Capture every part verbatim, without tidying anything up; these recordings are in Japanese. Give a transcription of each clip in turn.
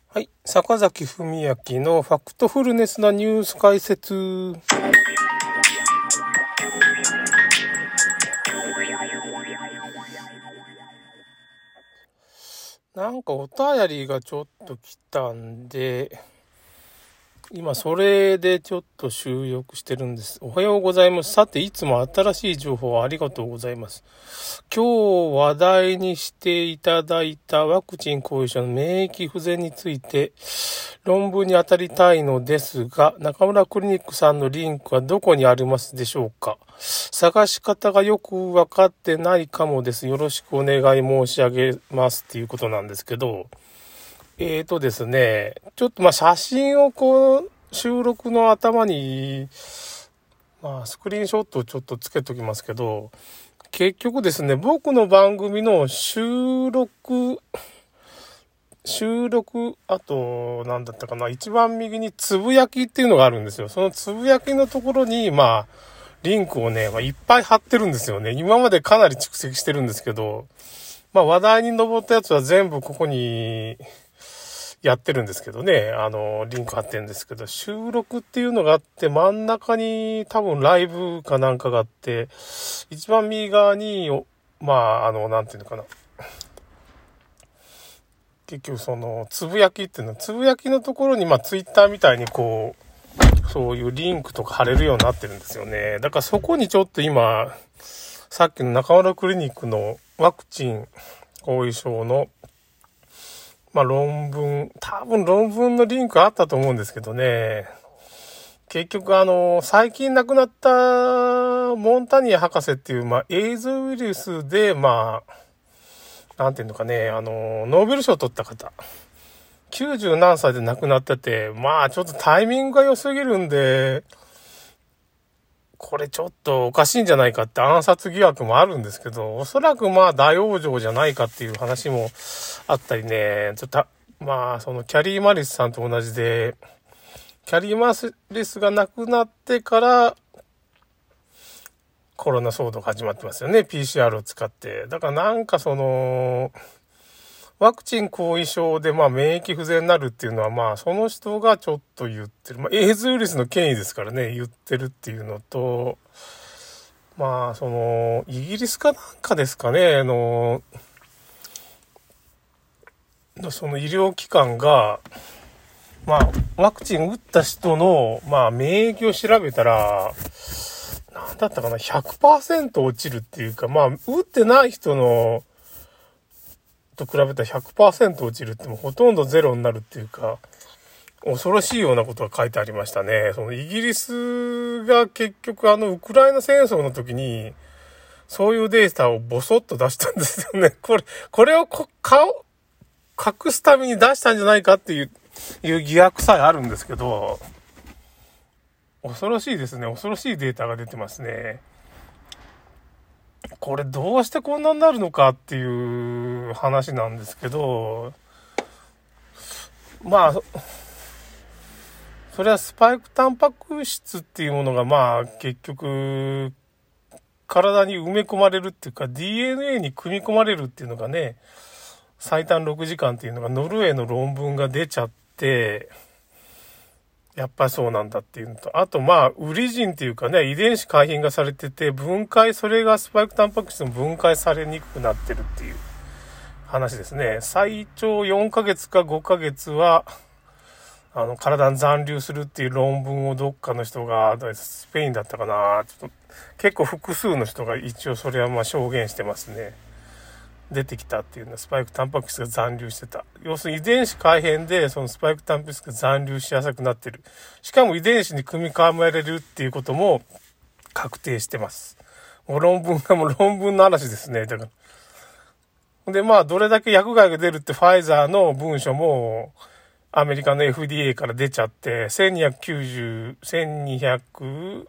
はい。坂崎文明のファクトフルネスなニュース解説。なんかお便りがちょっと来たんで、今それでちょっと収録してるんです。おはようございます。さて、いつも新しい情報ありがとうございます。今日話題にしていただいたワクチン後遺症の免疫不全について論文に当たりたいのですが、中村クリニックさんのリンクはどこにありますでしょうか？探し方がよくわかってないかもです。よろしくお願い申し上げますっていうことなんですけど、えーとですね、ちょっとまあ写真をこう収録の頭に、まあスクリーンショットをちょっとつけときますけど、結局ですね、僕の番組の収録、収録、あと、なんだったかな、一番右につぶやきっていうのがあるんですよ。そのつぶやきのところに、まあ、リンクをね、まあ、いっぱい貼ってるんですよね。今までかなり蓄積してるんですけど、まあ話題に上ったやつは全部ここにやってるんですけどね、あの、リンク貼ってるんですけど、収録っていうのがあって、真ん中に多分ライブかなんかがあって、一番右側に、まあ、あの、なんていうのかな。結局その、つぶやきっていうのは、つぶやきのところに、まあ、ツイッターみたいにこう、そういうリンクとか貼れるようになってるんですよね。だからそこにちょっと今、さっきの中村クリニックのワクチン後遺症の、まあ論文、多分論文のリンクあったと思うんですけどね。結局あの、最近亡くなったモンタニア博士っていう、まあエイズウイルスで、まあ、なんていうのかね、あの、ノーベル賞を取った方。きゅうじゅうなんさいで亡くなってて、まあちょっとタイミングが良すぎるんで、これちょっとおかしいんじゃないかって暗殺疑惑もあるんですけど、おそらくまあ大往生じゃないかっていう話もあったりね、ちょっとまあそのキャリー・マリスさんと同じで、キャリー・マリスが亡くなってからコロナ騒動が始まってますよね、ピーシーアール を使って。だからなんかその、ワクチン後遺症でまあ免疫不全になるっていうのはまあその人がちょっと言ってる。まあエイズウイルスの権威ですからね、言ってるっていうのと、まあその、イギリスかなんかですかね、あの、その医療機関が、まあワクチン打った人のまあ免疫を調べたら、なんだったかな、ひゃくパーセント落ちるっていうか、まあ打ってない人の、と比べたら ひゃくパーセント 落ちるってもうほとんどゼロになるっていうか、恐ろしいようなことが書いてありましたね。そのイギリスが結局あのウクライナ戦争の時に、そういうデータをボソッと出したんですよね。これ、これをこ顔、隠すために出したんじゃないかっていう、いう疑惑さえあるんですけど、恐ろしいですね。恐ろしいデータが出てますね。これどうしてこんなになるのかっていう話なんですけど、まあ、それはスパイクタンパク質っていうものがまあ結局体に埋め込まれるっていうか ディーエヌエー に組み込まれるっていうのがね、最短ろくじかんっていうのがノルウェーの論文が出ちゃって、やっぱりそうなんだっていうのと、あとまあウリジンっていうかね、遺伝子改変がされてて分解、それがスパイクタンパク質も分解されにくくなってるっていう話ですね。最長よんかげつかごかげつはあの体に残留するっていう論文をどっかの人が、スペインだったかな、ちょっと結構複数の人が一応それはまあ証言してますね。出てきたっていうのはスパイクタンパク質が残留してた。要するに遺伝子改変でそのスパイクタンパク質が残留しやすくなってる。しかも遺伝子に組み込まれるっていうことも確定してます。もう論文がもう論文の嵐ですね。だから。で、まあどれだけ薬害が出るってファイザーの文書もアメリカの エフディーエー から出ちゃって、せんにひゃくきゅうじゅう、せんにひゃく、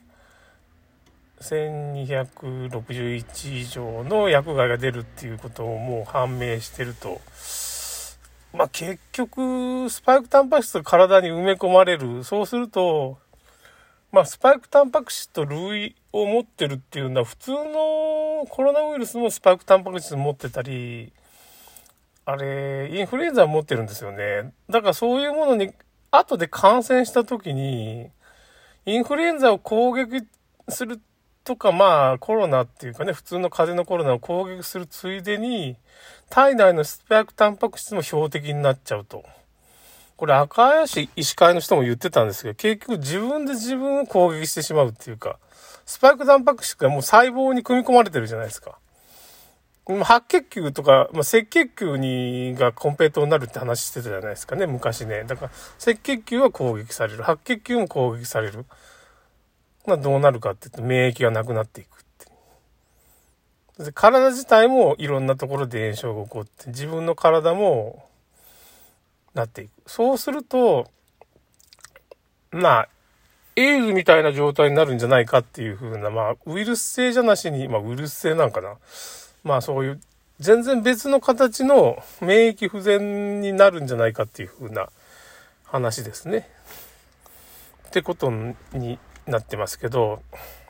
せんにひゃくろくじゅういち以上の薬害が出るっていうことをもう判明してると。まあ結局、スパイクタンパク質が体に埋め込まれる。そうすると、まあスパイクタンパク質と類を持ってるっていうのは、普通のコロナウイルスもスパイクタンパク質持ってたり、 あれ、インフルエンザを持ってるんですよね。だからそういうものに、後で感染した時に、インフルエンザを攻撃するとか、まあコロナっていうかね、普通の風邪のコロナを攻撃するついでに、体内のスパイクタンパク質も標的になっちゃうと。これ赤林医師会の人も言ってたんですけど、結局自分で自分を攻撃してしまうっていうか、スパイクタンパク質がもう細胞に組み込まれてるじゃないですか。白血球とか、まあ、赤血球にがコンペイトになるって話してたじゃないですかね、昔ね。だから赤血球は攻撃される。白血球も攻撃される。まあどうなるかって言うと免疫がなくなっていくって。で体自体もいろんなところで炎症が起こって、自分の体もなっていく。そうすると、まあ、エイズみたいな状態になるんじゃないかっていう風な、まあ、ウイルス性じゃなしに、まあ、ウイルス性なんかな。まあ、そういう、全然別の形の免疫不全になるんじゃないかっていう風な話ですね。ってことになってますけど、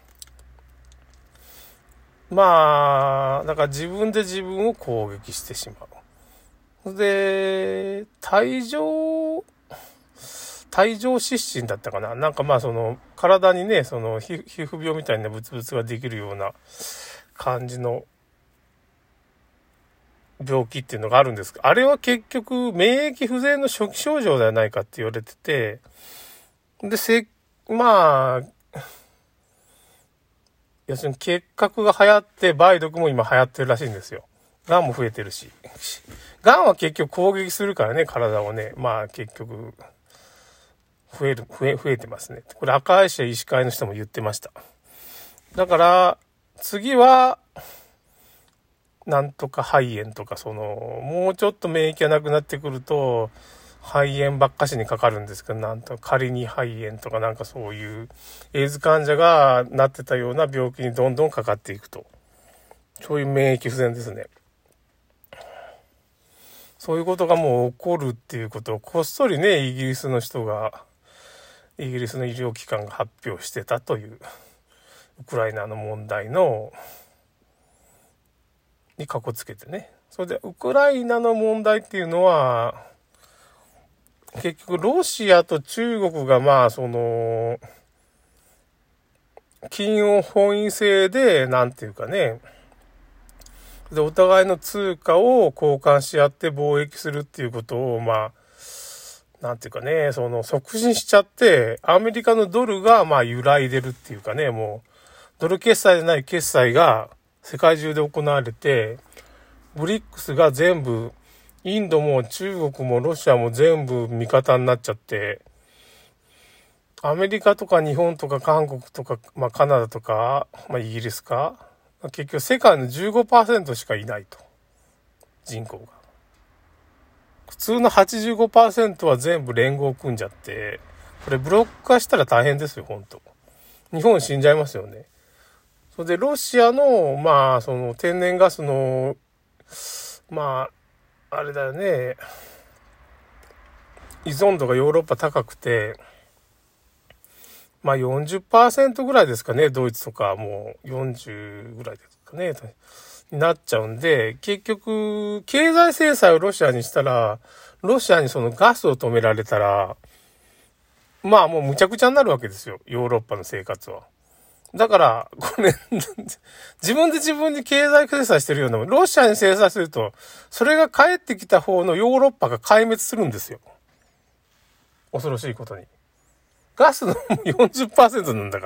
まあ、だから自分で自分を攻撃してしまう。で、帯状、帯状湿疹だったかな。なんかまあその体にね、その皮膚病みたいなブツブツができるような感じの病気っていうのがあるんですが、あれは結局免疫不全の初期症状ではないかって言われてて、で、せ、まあ、要するに結核が流行って梅毒も今流行ってるらしいんですよ。癌も増えてるし。癌は結局攻撃するからね、体をね。まあ結局、増える、増え、増えてますね。これ赤林医師会の人も言ってました。だから、次は、なんとか肺炎とか、その、もうちょっと免疫がなくなってくると、肺炎ばっかしにかかるんですけど、なんと仮に肺炎とかなんかそういう、エイズ患者がなってたような病気にどんどんかかっていくと。そういう免疫不全ですね。そういうことがもう起こるっていうことをこっそりね、イギリスの人が、イギリスの医療機関が発表してたという、ウクライナの問題の、にかこつけてね。それで、ウクライナの問題っていうのは、結局ロシアと中国がまあ、その、金融本位制で、なんていうかね、で、お互いの通貨を交換し合って貿易するっていうことを、まあ、なんていうかね、その促進しちゃって、アメリカのドルがまあ揺らいでるっていうかね、もう、ドル決済でない決済が世界中で行われて、ブリックスが全部、インドも中国もロシアも全部味方になっちゃって、アメリカとか日本とか韓国とか、まあカナダとか、まあイギリスか、結局世界の じゅうごパーセント しかいないと。人口が。普通の はちじゅうごパーセント は全部連合を組んじゃって、これブロック化したら大変ですよ、本当。日本死んじゃいますよね。それでロシアの、まあ、その天然ガスの、まあ、あれだよね、依存度がヨーロッパ高くて、まあ よんじゅっパーセント ぐらいですかね、ドイツとかもうよんじゅうぐらいですかね、になっちゃうんで、結局、経済制裁をロシアにしたら、ロシアにそのガスを止められたら、まあもうむちゃくちゃになるわけですよ、ヨーロッパの生活は。だから、これ、自分で自分に経済制裁してるようなもん、ロシアに制裁すると、それが帰ってきた方のヨーロッパが壊滅するんですよ。恐ろしいことに。ガスの よんじゅっパーセント なんだから。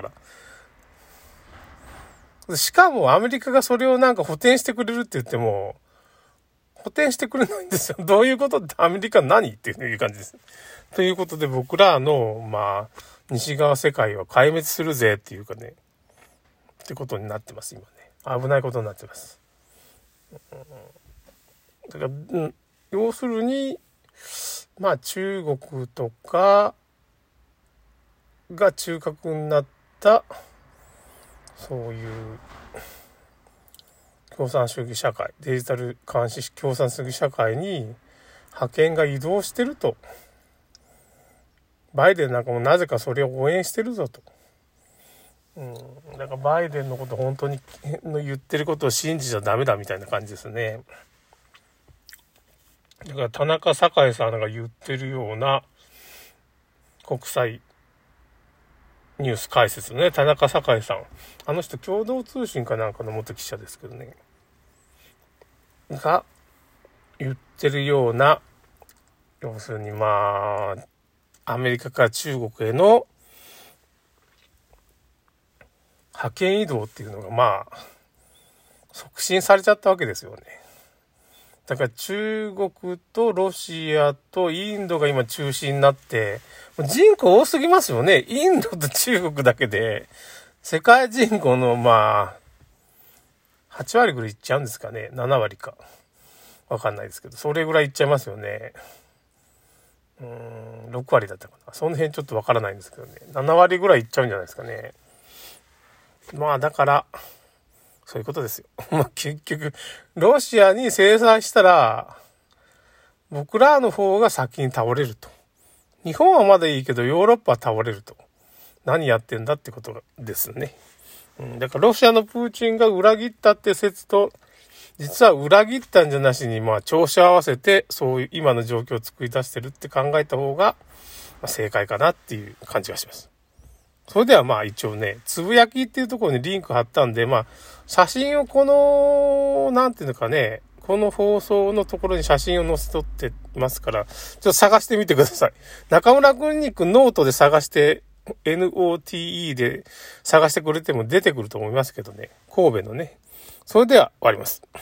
しかもアメリカがそれをなんか補填してくれるって言っても、補填してくれないんですよ。どういうことってアメリカ何っていう感じです。ということで僕らの、まあ、西側世界は壊滅するぜっていうかね、ってことになってます、今ね。危ないことになってます。だから、うん、要するに、まあ中国とか、が中核になったそういう共産主義社会、デジタル監視共産主義社会に覇権が移動してると。バイデンなんかもなぜかそれを応援してるぞと。うん、だからバイデンのこと本当にの言ってることを信じちゃダメだみたいな感じですね。 だから田中栄さんが言ってるような国際ニュース解説ね、田中栄さん。あの人共同通信かなんかの元記者ですけどね。が言ってるような、要するにまあ、アメリカから中国への覇権移動っていうのがまあ、促進されちゃったわけですよね。だから中国とロシアとインドが今中心になって、人口多すぎますよね。インドと中国だけで、世界人口のまあ、はち割ぐらいいっちゃうんですかね。なな割か。わかんないですけど、それぐらいいっちゃいますよね。うーん、ろく割だったかな。その辺ちょっとわからないんですけどね。なな割ぐらいいっちゃうんじゃないですかね。まあだから、そういうことですよ。まあ結局、ロシアに制裁したら、僕らの方が先に倒れると。日本はまだいいけど、ヨーロッパは倒れると。何やってんだってことですね。うん、だからロシアのプーチンが裏切ったって説と、実は裏切ったんじゃなしに、まあ調子を合わせて、そういう今の状況を作り出してるって考えた方が、まあ、正解かなっていう感じがします。それではまあ一応ね、つぶやきっていうところにリンク貼ったんで、まあ写真をこの、なんていうのかね、この放送のところに写真を載せとってますから、ちょっと探してみてください。中村くんにくノートで探して、エヌオーティーイー で探してくれても出てくると思いますけどね。神戸のね。それでは終わります。